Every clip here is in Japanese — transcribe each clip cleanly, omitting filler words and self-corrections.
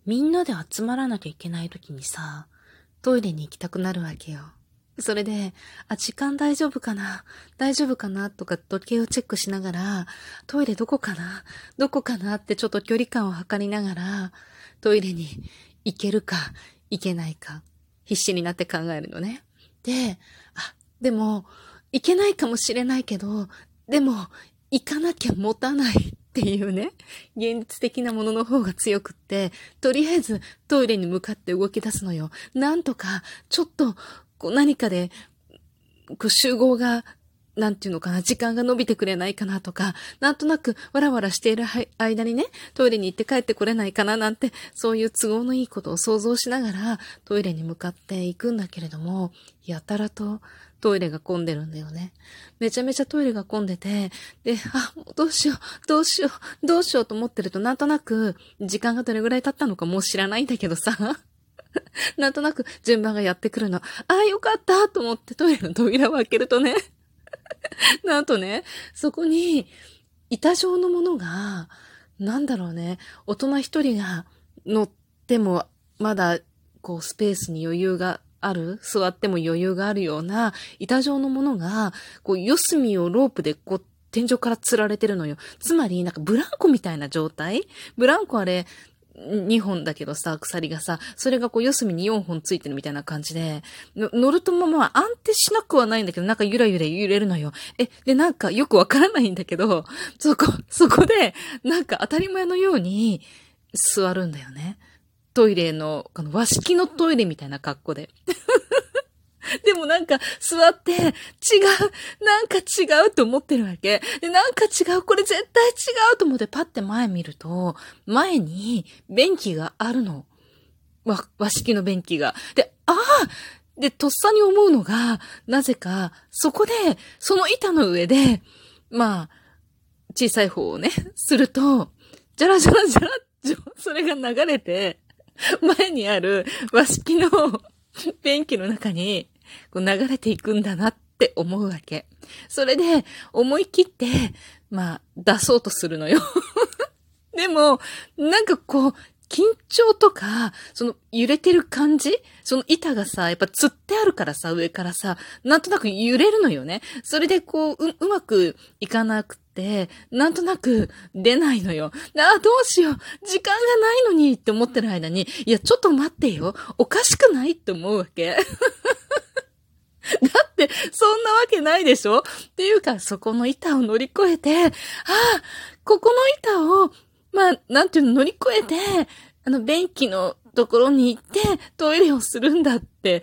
みんなで集まらなきゃいけない時にさ、トイレに行きたくなるわけよ。それで、時間大丈夫かな大丈夫かなとか時計をチェックしながら、トイレどこかなどこかなってちょっと距離感を測りながら、トイレに行けるか行けないか、必死になって考えるのね。で、でも、行けないかもしれないけど、でも、行かなきゃ持たないっていうね、現実的なものの方が強くって、とりあえずトイレに向かって動き出すのよ。なんとか、ちょっと、何かで、集合が、なんていうのかな、時間が伸びてくれないかなとか、なんとなくわらわらしている間にね、トイレに行って帰ってこれないかななんて、そういう都合のいいことを想像しながらトイレに向かっていくんだけれども、やたらとトイレが混んでるんだよね。めちゃめちゃトイレが混んでて、で、もうどうしよう、どうしよう、どうしようと思ってると、なんとなく時間がどれぐらい経ったのかもう知らないんだけどさ、なんとなく順番がやってくるの。よかったと思ってトイレの扉を開けるとね、なんとね、そこに板状のものが、なんだろうね、大人一人が乗ってもまだこうスペースに余裕がある、座っても余裕があるような板状のものが、こう四隅をロープでこう天井から吊られてるのよ。つまりなんかブランコみたいな状態？ブランコあれ、2本だけどさ、鎖がさ、それがこう四隅に4本ついてるみたいな感じで、乗るとまあ安定しなくはないんだけど、なんかゆらゆら揺れるのよ。で、なんかよくわからないんだけど、そこで、なんか当たり前のように座るんだよね。トイレの、和式のトイレみたいな格好で。でもなんか座ってなんか違うと思ってるわけ。で、なんか違う、これ絶対違うと思ってパッて前見ると、前に便器があるの。和式の便器が。で、で、とっさに思うのが、なぜか、そこで、その板の上で、まあ、小さい方をね、すると、じゃらじゃらじゃらそれが流れて、前にある和式の便器の中にこう流れていくんだなって思うわけ。それで思い切って、出そうとするのよ。でも、なんかこう、緊張とか、その揺れてる感じ？その板がさ、やっぱ釣ってあるからさ、上からさ、なんとなく揺れるのよね。それでこう、うまくいかなくて、なんとなく出ないのよ。どうしよう。時間がないのにって思ってる間に、いや、ちょっと待ってよ。おかしくないって思うわけ。だって、そんなわけないでしょっていうか、そこの板を乗り越えて、ここの板を、なんていうの、乗り越えて、便器のところに行ってトイレをするんだって、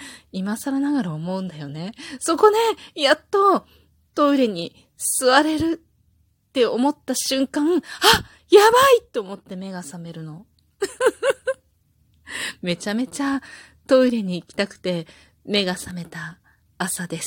今更ながら思うんだよね。そこで、やっとトイレに座れるって思った瞬間、やばいと思って目が覚めるの。めちゃめちゃトイレに行きたくて目が覚めた朝です。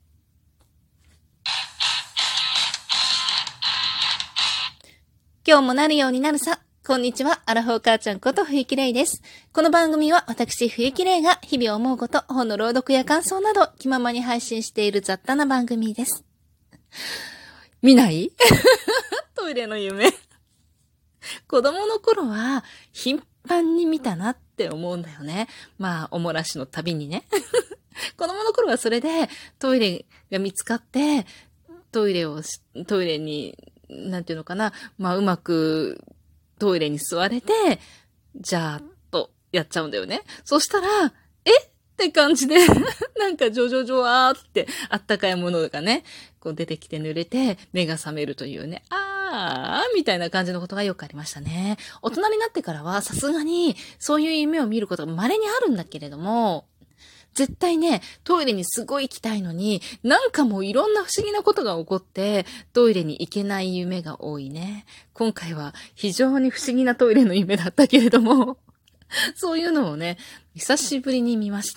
今日もなるようになるさ。こんにちは、アラフォー母ちゃんこと冬木玲です。この番組は私冬木玲が日々思うこと、本の朗読や感想など気ままに配信している雑多な番組です。見ないトイレの夢。子供の頃は頻繁に見たなって思うんだよね。おもらしの旅にね。子供の頃はそれでトイレが見つかって、トイレに、なんていうのかな、うまくトイレに座れて、じゃあ、とやっちゃうんだよね。そしたら、って感じで、なんかジョジョジョワーってあったかいものがね、こう出てきて濡れて目が覚めるというね、みたいな感じのことがよくありましたね。大人になってからはさすがにそういう夢を見ることが稀にあるんだけれども、絶対ね、トイレにすごい行きたいのに、なんかもういろんな不思議なことが起こって、トイレに行けない夢が多いね。今回は非常に不思議なトイレの夢だったけれども、そういうのをね、久しぶりに見ました。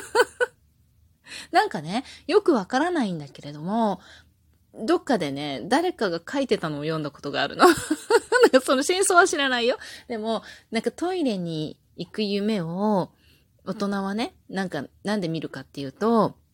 なんかね、よくわからないんだけれども、どっかでね、誰かが書いてたのを読んだことがあるの。なんかその真相は知らないよ。でも、なんかトイレに行く夢を、大人はね、なんで見るかっていうと、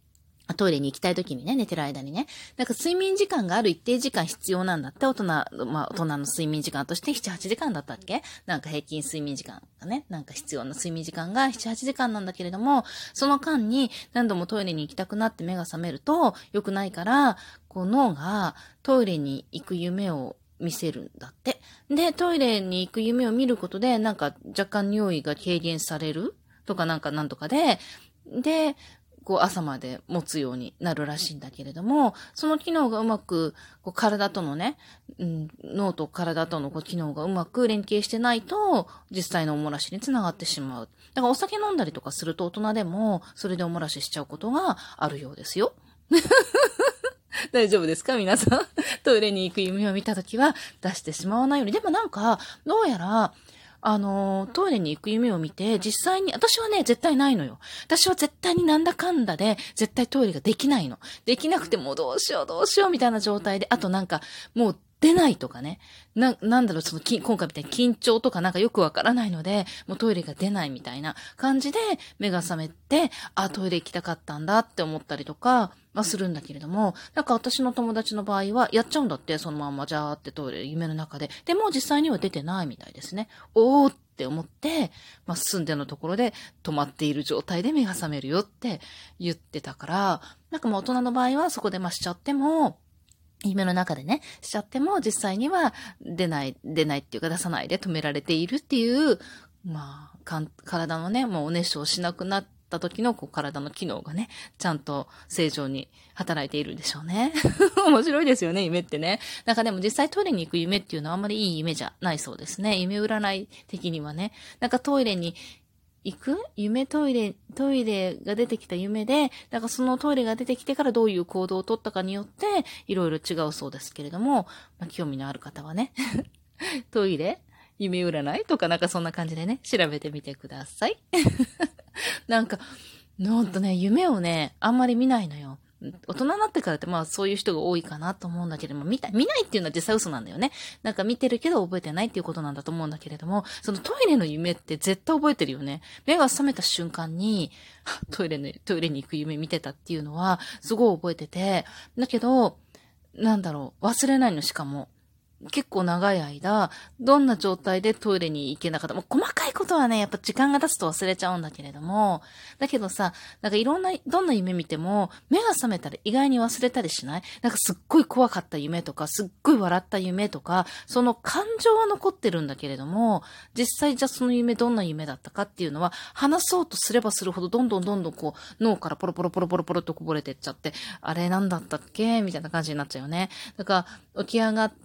トイレに行きたい時にね、寝てる間にね。なんか睡眠時間がある一定時間必要なんだって、大人の睡眠時間として7、8時間だったっけ？なんか平均睡眠時間がね、なんか必要な睡眠時間が7、8時間なんだけれども、その間に何度もトイレに行きたくなって目が覚めると良くないから、こう脳がトイレに行く夢を見せるんだって。で、トイレに行く夢を見ることで、なんか若干尿意が軽減されるとかなんとかで、こう朝まで持つようになるらしいんだけれども、その機能がうまく、こう体とのね、脳と体とのこう機能がうまく連携してないと、実際のおもらしにつながってしまう。だからお酒飲んだりとかすると大人でも、それでおもらししちゃうことがあるようですよ。大丈夫ですか皆さん。トイレに行く夢を見たときは出してしまわないように。でもなんか、どうやら、トイレに行く夢を見て、実際に、私はね、絶対ないのよ。私は絶対になんだかんだで、絶対トイレができないの。できなくてもどうしようみたいな状態で、あとなんか、もう出ないとかね。なんだろう、今回みたいに緊張とかなんかよくわからないので、もうトイレが出ないみたいな感じで、目が覚めて、トイレ行きたかったんだって思ったりとか、するんだけれども、なんか私の友達の場合はやっちゃうんだって、そのまんまジャーってトイレ夢の中で。でも実際には出てないみたいですね。おーって思って、住んでのところで止まっている状態で目が覚めるよって言ってたから、なんか大人の場合はそこでしちゃっても、夢の中でね、しちゃっても実際には出ないっていうか出さないで止められているっていう、体のね、もうお熱傷しなくなった時の体の機能がね、ちゃんと正常に働いているんでしょうね。面白いですよね、夢ってね。なんかでも実際トイレに行く夢っていうのはあんまりいい夢じゃないそうですね。夢占い的にはね。なんかトイレに行くトイレが出てきた夢で、だからそのトイレが出てきてからどういう行動をとったかによって、いろいろ違うそうですけれども、興味のある方はね、トイレ夢占いとかなんかそんな感じでね、調べてみてください。なんか、夢をね、あんまり見ないのよ。大人になってからってそういう人が多いかなと思うんだけれども、見ないっていうのは実際嘘なんだよね。なんか見てるけど覚えてないっていうことなんだと思うんだけれども、そのトイレの夢って絶対覚えてるよね。目が覚めた瞬間に、トイレに行く夢見てたっていうのは、すごい覚えてて、だけど、忘れないのしかも。結構長い間、どんな状態でトイレに行けなかった。細かいことはね、やっぱ時間が経つと忘れちゃうんだけれども、だけどさ、なんかどんな夢見ても、目が覚めたら意外に忘れたりしない？なんかすっごい怖かった夢とか、すっごい笑った夢とか、その感情は残ってるんだけれども、実際じゃあその夢どんな夢だったかっていうのは、話そうとすればするほどどんどん脳からポロポロとこぼれてっちゃって、あれなんだったっけみたいな感じになっちゃうよね。だから起き上がって、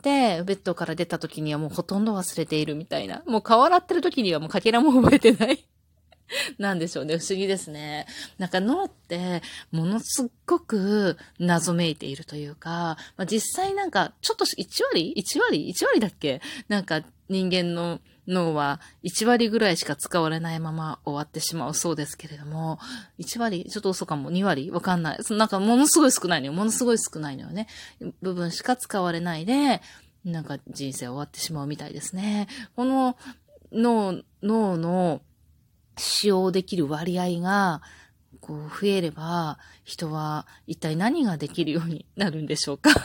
ベッドから出た時にはもうほとんど忘れているみたいな。もう顔洗ってる時にはもうかけらも覚えてない。なんでしょうね。不思議ですね。なんか脳ってものすっごく謎めいているというか、実際なんかちょっと1割だっけ？なんか人間の脳は1割ぐらいしか使われないまま終わってしまうそうですけれども、1割ちょっと嘘かも、2割わかんない。なんかものすごい少ないのよね。部分しか使われないで、なんか人生終わってしまうみたいですね。この脳の使用できる割合が増えれば、人は一体何ができるようになるんでしょうか。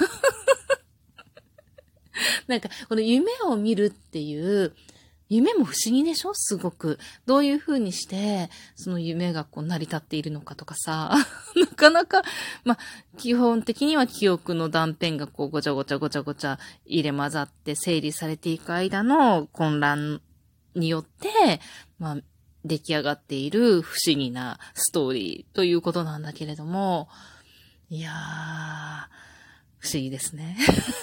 なんかこの夢を見るっていう夢も不思議でしょ？すごく。どういう風にして、その夢が成り立っているのかとかさ。なかなか、基本的には記憶の断片がごちゃごちゃ入れ混ざって整理されていく間の混乱によって、出来上がっている不思議なストーリーということなんだけれども、いやー、不思議ですね。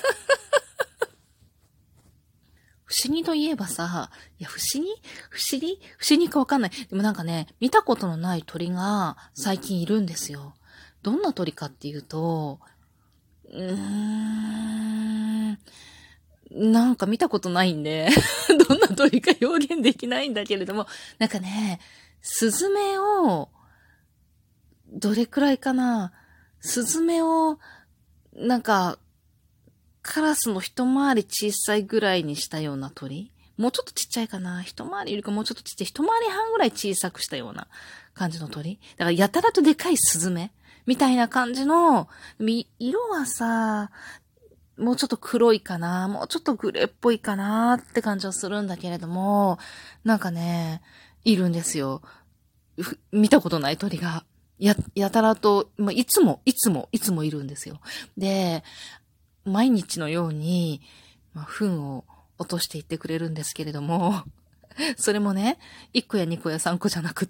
不思議といえばさ、不思議かわかんない。でもなんかね、見たことのない鳥が最近いるんですよ。どんな鳥かっていうと、なんか見たことないんで、どんな鳥か表現できないんだけれども、なんかね、スズメを、どれくらいかな？スズメを、なんか、カラスの一回り小さいぐらいにしたような鳥？もうちょっとちっちゃいかな？一回りよりかもうちょっとちっちゃい、一回り半ぐらい小さくしたような感じの鳥？だからやたらとでかいスズメみたいな感じの、色はさ、もうちょっと黒いかな、もうちょっとグレーっぽいかなって感じはするんだけれども、なんかね、いるんですよ。見たことない鳥が。やたらと、いつもいるんですよ。で、毎日のように、糞を落としていってくれるんですけれども、それもね、1個や2個や3個じゃなくって、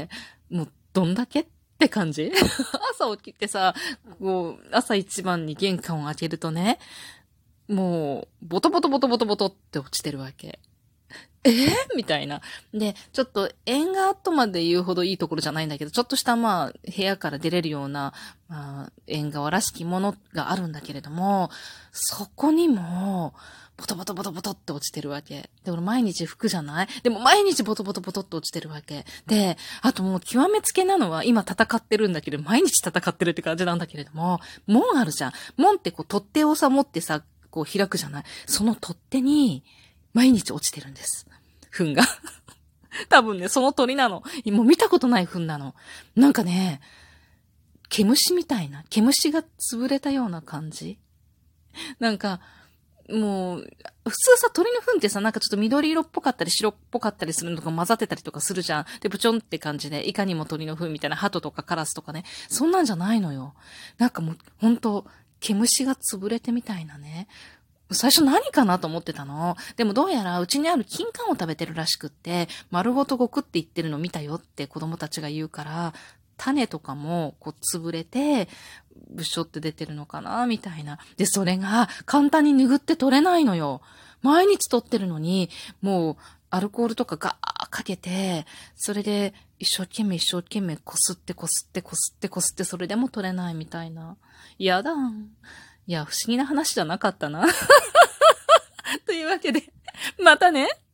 もうどんだけって感じ朝起きてさ、こう、朝一番に玄関を開けるとね、もう、ボトボトボトボトボトって落ちてるわけ。みたいな。で、ちょっと縁側とまで言うほどいいところじゃないんだけど、ちょっとした部屋から出れるような、縁側らしきものがあるんだけれども、そこにも、ボトボトボトボトって落ちてるわけ。で、俺毎日拭くじゃない？でも毎日ボトボトボトって落ちてるわけ。で、あともう極めつけなのは今戦ってるんだけど、毎日戦ってるって感じなんだけれども、門あるじゃん。門ってこう取っ手を持ってさ、こう開くじゃない？その取っ手に毎日落ちてるんです。糞が。多分ね、その鳥なの。もう見たことない糞なの。なんかね、毛虫みたいな。毛虫が潰れたような感じ。なんか、もう、普通さ、鳥の糞ってさ、なんかちょっと緑色っぽかったり白っぽかったりするのとか混ざってたりとかするじゃん。で、ブチョンって感じで、いかにも鳥の糞みたいな鳩とかカラスとかね。そんなんじゃないのよ。なんかもう、ほんと、毛虫が潰れてみたいなね。最初何かなと思ってたの。でもどうやらうちにある金柑を食べてるらしくって、丸ごとごくって言ってるの見たよって子供たちが言うから、種とかもこう潰れて、ぶしょって出てるのかなみたいな。で、それが簡単に拭って取れないのよ。毎日取ってるのに、もうアルコールとかガーかけて、それで一生懸命こすってこすってそれでも取れないみたいな。やだ。いや、不思議な話じゃなかったな。というわけで、またね。